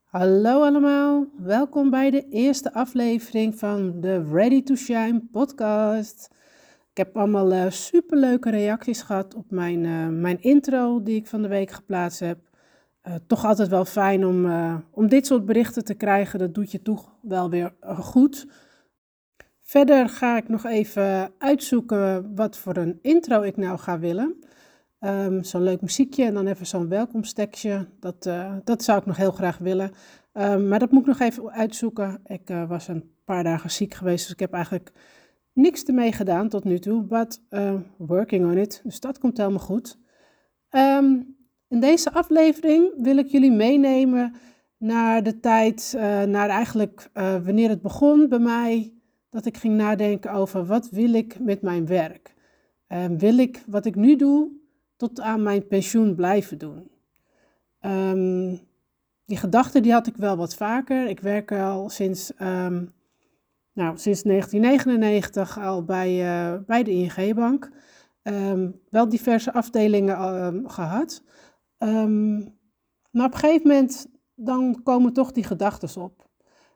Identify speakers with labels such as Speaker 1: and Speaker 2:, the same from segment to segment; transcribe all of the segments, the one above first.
Speaker 1: Hallo allemaal, welkom bij de eerste aflevering van de Ready to Shine podcast. Ik heb allemaal superleuke reacties gehad op mijn intro die ik van de week geplaatst heb. Toch altijd wel fijn om dit soort berichten te krijgen, dat doet je toch wel weer goed. Verder ga ik nog even uitzoeken wat voor een intro ik nou ga willen. Zo'n leuk muziekje en dan even zo'n welkomstekstje, dat zou ik nog heel graag willen. Maar dat moet ik nog even uitzoeken. Ik was een paar dagen ziek geweest, dus ik heb eigenlijk niks ermee gedaan tot nu toe. But working on it, dus dat komt helemaal goed. In deze aflevering wil ik jullie meenemen naar de tijd, naar eigenlijk wanneer het begon bij mij, dat ik ging nadenken over wat wil ik met mijn werk. Wil ik wat ik nu doe tot aan mijn pensioen blijven doen? Die gedachte die had ik wel wat vaker. Ik werk al sinds 1999 al bij de ING-bank. Wel diverse afdelingen gehad. Maar op een gegeven moment dan komen toch die gedachten op.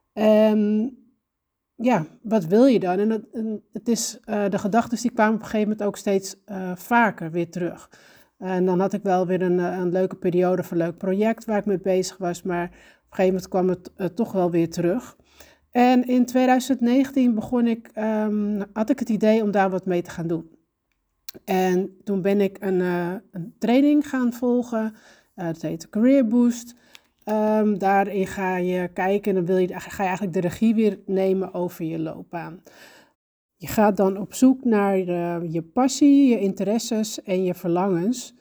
Speaker 1: Ja, wat wil je dan? En het is, de gedachten die kwamen op een gegeven moment ook steeds vaker weer terug. En dan had ik wel weer een leuke periode voor een leuk project waar ik mee bezig was, maar op een gegeven moment kwam het toch wel weer terug. En in 2019 had ik het idee om daar wat mee te gaan doen. En toen ben ik een training gaan volgen, dat heet Career Boost. Daarin ga je kijken en dan ga je eigenlijk de regie weer nemen over je loopbaan. Je gaat dan op zoek naar je passie, je interesses en je verlangens.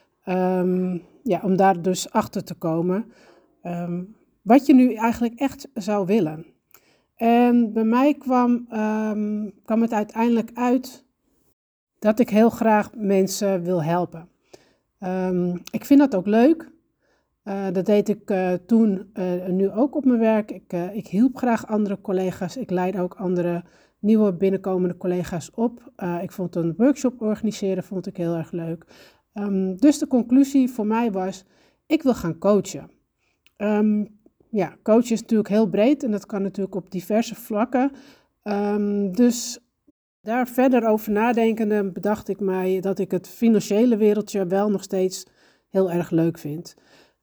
Speaker 1: Om daar dus achter te komen wat je nu eigenlijk echt zou willen. En bij mij kwam het uiteindelijk uit dat ik heel graag mensen wil helpen. Ik vind dat ook leuk. Dat deed ik toen nu ook op mijn werk. Ik hielp graag andere collega's. Ik leid ook andere nieuwe binnenkomende collega's op. Ik vond een workshop organiseren vond ik heel erg leuk. Dus de conclusie voor mij was, ik wil gaan coachen. Coachen is natuurlijk heel breed en dat kan natuurlijk op diverse vlakken. Dus daar verder over nadenkende bedacht ik mij dat ik het financiële wereldje wel nog steeds heel erg leuk vind.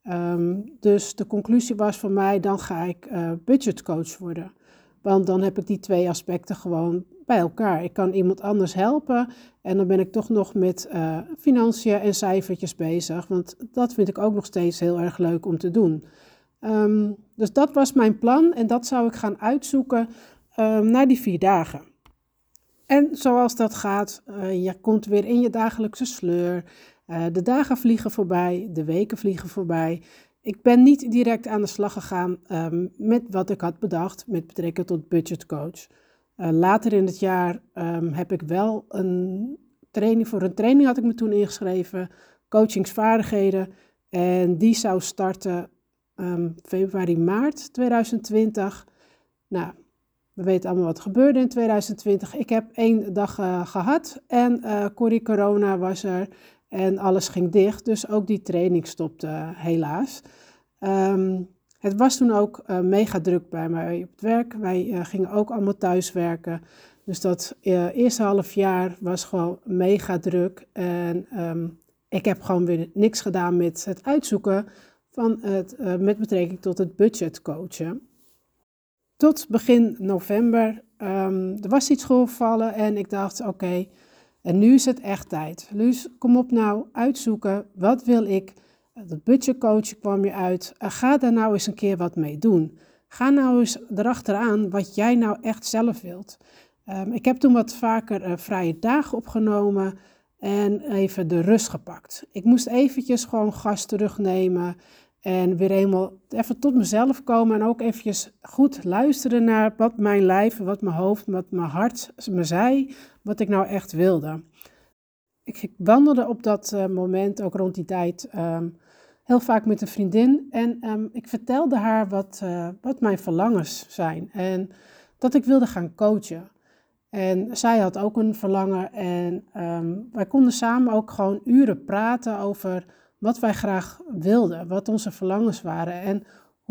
Speaker 1: Dus de conclusie was voor mij, dan ga ik budgetcoach worden. Want dan heb ik die twee aspecten gewoon bij elkaar. Ik kan iemand anders helpen en dan ben ik toch nog met financiën en cijfertjes bezig. Want dat vind ik ook nog steeds heel erg leuk om te doen. Dus dat was mijn plan en dat zou ik gaan uitzoeken na die 4 dagen. En zoals dat gaat, je komt weer in je dagelijkse sleur. De dagen vliegen voorbij, de weken vliegen voorbij. Ik ben niet direct aan de slag gegaan met wat ik had bedacht met betrekking tot budgetcoach. Later in het jaar heb ik wel een training had ik me toen ingeschreven, coachingsvaardigheden. En die zou starten februari, maart 2020. Nou, we weten allemaal wat gebeurde in 2020. Ik heb 1 dag gehad en corona was er en alles ging dicht. Dus ook die training stopte helaas. Het was toen ook mega druk bij mij op het werk. Wij gingen ook allemaal thuiswerken. Dus dat eerste half jaar was gewoon mega druk. En ik heb gewoon weer niks gedaan met het uitzoeken van met betrekking tot het budgetcoachen. Tot begin november, er was iets voorgevallen en ik dacht, oké, en nu is het echt tijd. Dus kom op nou, uitzoeken, wat wil ik? Dat budgetcoach kwam je uit. Ga daar nou eens een keer wat mee doen. Ga nou eens erachteraan wat jij nou echt zelf wilt. Ik heb toen wat vaker vrije dagen opgenomen en even de rust gepakt. Ik moest eventjes gewoon gas terugnemen en weer helemaal even tot mezelf komen en ook eventjes goed luisteren naar wat mijn lijf, wat mijn hoofd, wat mijn hart me zei, wat ik nou echt wilde. Ik wandelde op dat moment, ook rond die tijd, heel vaak met een vriendin en ik vertelde haar wat mijn verlangens zijn en dat ik wilde gaan coachen. En zij had ook een verlangen en wij konden samen ook gewoon uren praten over wat wij graag wilden, wat onze verlangens waren en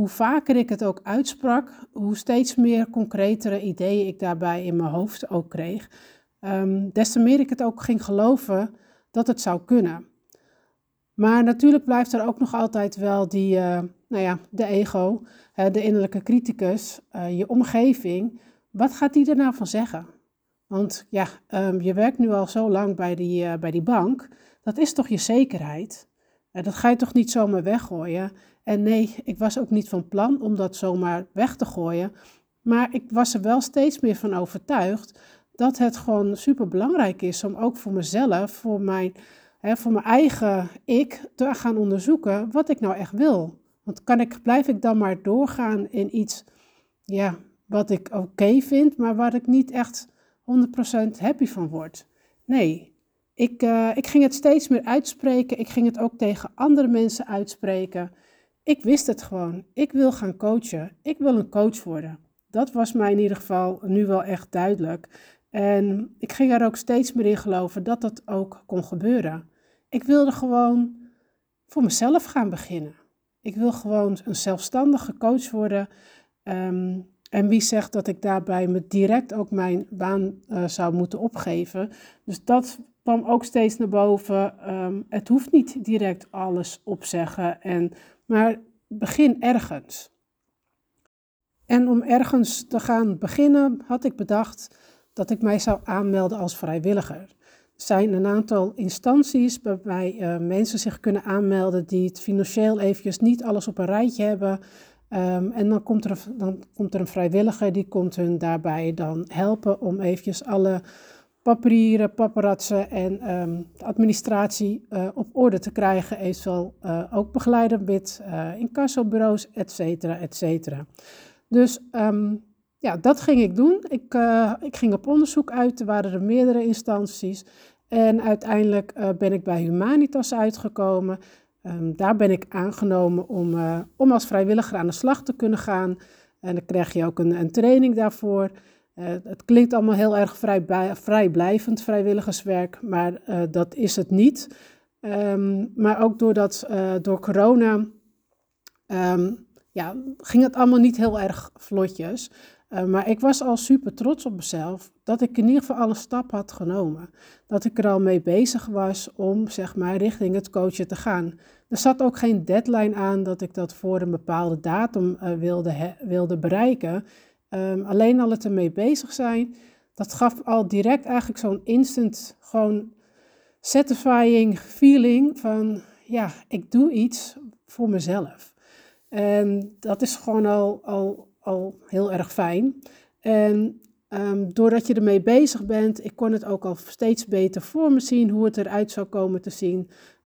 Speaker 1: hoe vaker ik het ook uitsprak, hoe steeds meer concretere ideeën ik daarbij in mijn hoofd ook kreeg. Des te meer ik het ook ging geloven dat het zou kunnen. Maar natuurlijk blijft er ook nog altijd wel de ego, de innerlijke criticus, je omgeving. Wat gaat die er nou van zeggen? Want ja, je werkt nu al zo lang bij die bank. Dat is toch je zekerheid? Dat ga je toch niet zomaar weggooien? En nee, ik was ook niet van plan om dat zomaar weg te gooien. Maar ik was er wel steeds meer van overtuigd dat het gewoon super belangrijk is om ook voor mezelf, voor mijn eigen ik, te gaan onderzoeken wat ik nou echt wil. Want blijf ik dan maar doorgaan in iets wat ik oké vind, maar waar ik niet echt 100% happy van word? Nee, ik ging het steeds meer uitspreken. Ik ging het ook tegen andere mensen uitspreken. Ik wist het gewoon. Ik wil gaan coachen. Ik wil een coach worden. Dat was mij in ieder geval nu wel echt duidelijk. En ik ging er ook steeds meer in geloven dat dat ook kon gebeuren. Ik wilde gewoon voor mezelf gaan beginnen. Ik wil gewoon een zelfstandige coach worden. En wie zegt dat ik daarbij me direct ook mijn baan zou moeten opgeven. Dus dat kwam ook steeds naar boven. Het hoeft niet direct alles opzeggen, maar begin ergens. En om ergens te gaan beginnen had ik bedacht dat ik mij zou aanmelden als vrijwilliger. Er zijn een aantal instanties waarbij mensen zich kunnen aanmelden die het financieel eventjes niet alles op een rijtje hebben. En dan komt er een vrijwilliger die komt hun daarbij dan helpen om eventjes alle papieren, paparazzen en de administratie op orde te krijgen. Eventueel ook begeleiden met incassobureaus, et cetera, et cetera. Dus dat ging ik doen. Ik ging op onderzoek uit. Er waren er meerdere instanties. En uiteindelijk ben ik bij Humanitas uitgekomen. Daar ben ik aangenomen om als vrijwilliger aan de slag te kunnen gaan. En dan krijg je ook een training daarvoor. Het klinkt allemaal heel erg vrijblijvend vrijwilligerswerk, maar dat is het niet. Maar ook door corona ging het allemaal niet heel erg vlotjes. Maar ik was al super trots op mezelf dat ik in ieder geval al een stap had genomen. Dat ik er al mee bezig was om richting het coachen te gaan. Er zat ook geen deadline aan dat ik dat voor een bepaalde datum wilde bereiken. Alleen al het ermee bezig zijn, dat gaf al direct eigenlijk zo'n instant gewoon satisfying feeling van ik doe iets voor mezelf. En dat is gewoon al heel erg fijn. En doordat je ermee bezig bent, ik kon het ook al steeds beter voor me zien hoe het eruit zou komen te zien.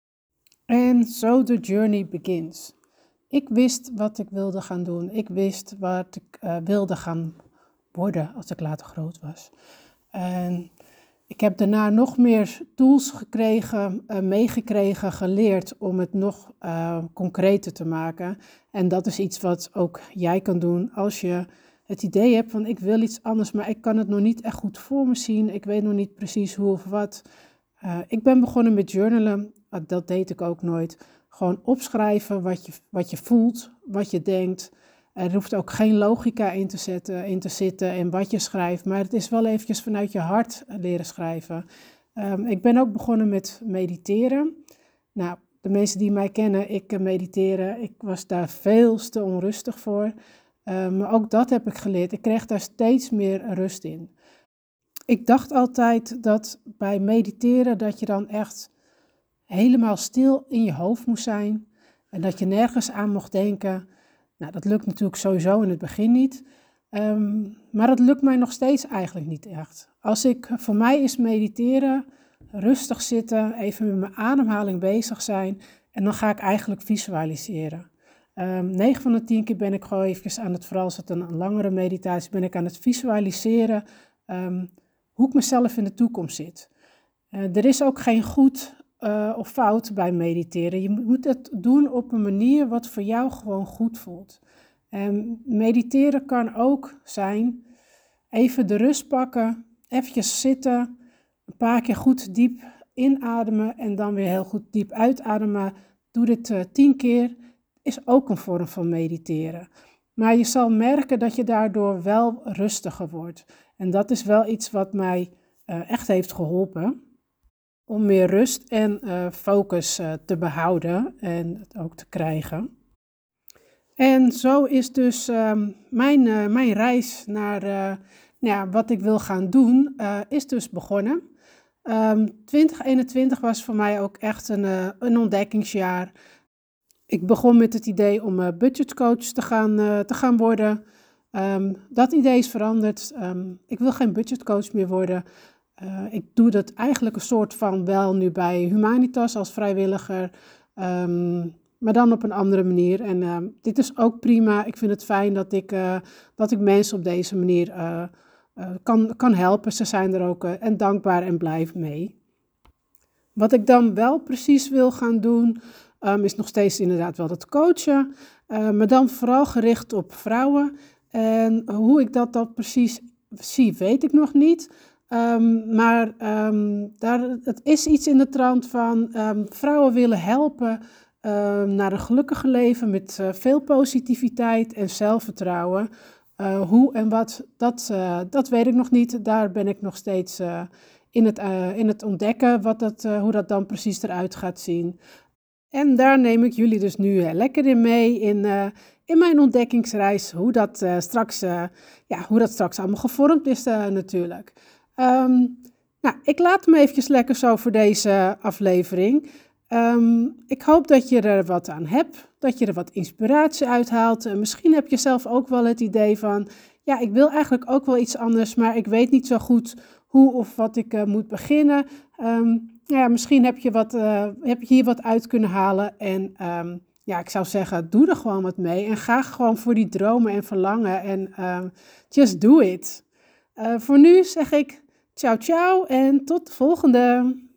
Speaker 1: En so the journey begins. Ik wist wat ik wilde gaan doen. Ik wist wat ik wilde gaan worden als ik later groot was. En ik heb daarna nog meer tools meegekregen, geleerd om het nog concreter te maken. En dat is iets wat ook jij kan doen als je het idee hebt van ik wil iets anders, maar ik kan het nog niet echt goed voor me zien. Ik weet nog niet precies hoe of wat. Ik ben begonnen met journalen. Dat deed ik ook nooit. Gewoon opschrijven wat je voelt, wat je denkt. Er hoeft ook geen logica in te zitten en wat je schrijft. Maar het is wel eventjes vanuit je hart leren schrijven. Ik ben ook begonnen met mediteren. Nou, de mensen die mij kennen, ik mediteren. Ik was daar veel te onrustig voor. Maar ook dat heb ik geleerd. Ik kreeg daar steeds meer rust in. Ik dacht altijd dat bij mediteren dat je dan echt helemaal stil in je hoofd moest zijn. En dat je nergens aan mocht denken. Nou, dat lukt natuurlijk sowieso in het begin niet. Maar dat lukt mij nog steeds eigenlijk niet echt. Voor mij is mediteren, rustig zitten, even met mijn ademhaling bezig zijn. En dan ga ik eigenlijk visualiseren. 9 van de 10 keer ben ik gewoon even vooral als het een langere meditatie, ben ik aan het visualiseren hoe ik mezelf in de toekomst zit. Er is ook geen goed of fout bij mediteren. Je moet het doen op een manier wat voor jou gewoon goed voelt. Mediteren kan ook zijn even de rust pakken, eventjes zitten, een paar keer goed diep inademen en dan weer heel goed diep uitademen. Doe dit 10 keer is ook een vorm van mediteren. Maar je zal merken dat je daardoor wel rustiger wordt. En dat is wel iets wat mij echt heeft geholpen om meer rust en focus te behouden en het ook te krijgen. En zo is dus mijn reis naar wat ik wil gaan doen, is dus begonnen. 2021 was voor mij ook echt een ontdekkingsjaar. Ik begon met het idee om budgetcoach te gaan worden. Dat idee is veranderd. Ik wil geen budgetcoach meer worden. Ik doe dat eigenlijk een soort van wel nu bij Humanitas als vrijwilliger. Maar dan op een andere manier. En dit is ook prima. Ik vind het fijn dat ik mensen op deze manier kan helpen. Ze zijn er ook en dankbaar en blij mee. Wat ik dan wel precies wil gaan doen, is nog steeds inderdaad wel dat coachen. Maar dan vooral gericht op vrouwen. En hoe ik dat precies zie, weet ik nog niet. Maar het is iets in de trant van vrouwen willen helpen naar een gelukkige leven met veel positiviteit en zelfvertrouwen. Hoe en wat, dat weet ik nog niet. Daar ben ik nog steeds in het ontdekken hoe dat dan precies eruit gaat zien. En daar neem ik jullie dus nu lekker in mee in mijn ontdekkingsreis, hoe dat straks allemaal gevormd is natuurlijk. Ik laat hem eventjes lekker zo voor deze aflevering. Ik hoop dat je er wat aan hebt, dat je er wat inspiratie uithaalt. En misschien heb je zelf ook wel het idee van, ja, ik wil eigenlijk ook wel iets anders, maar ik weet niet zo goed hoe of wat ik moet beginnen. Misschien heb je hier wat uit kunnen halen. En ik zou zeggen, doe er gewoon wat mee. En ga gewoon voor die dromen en verlangen. En just do it. Voor nu zeg ik ciao ciao en tot de volgende.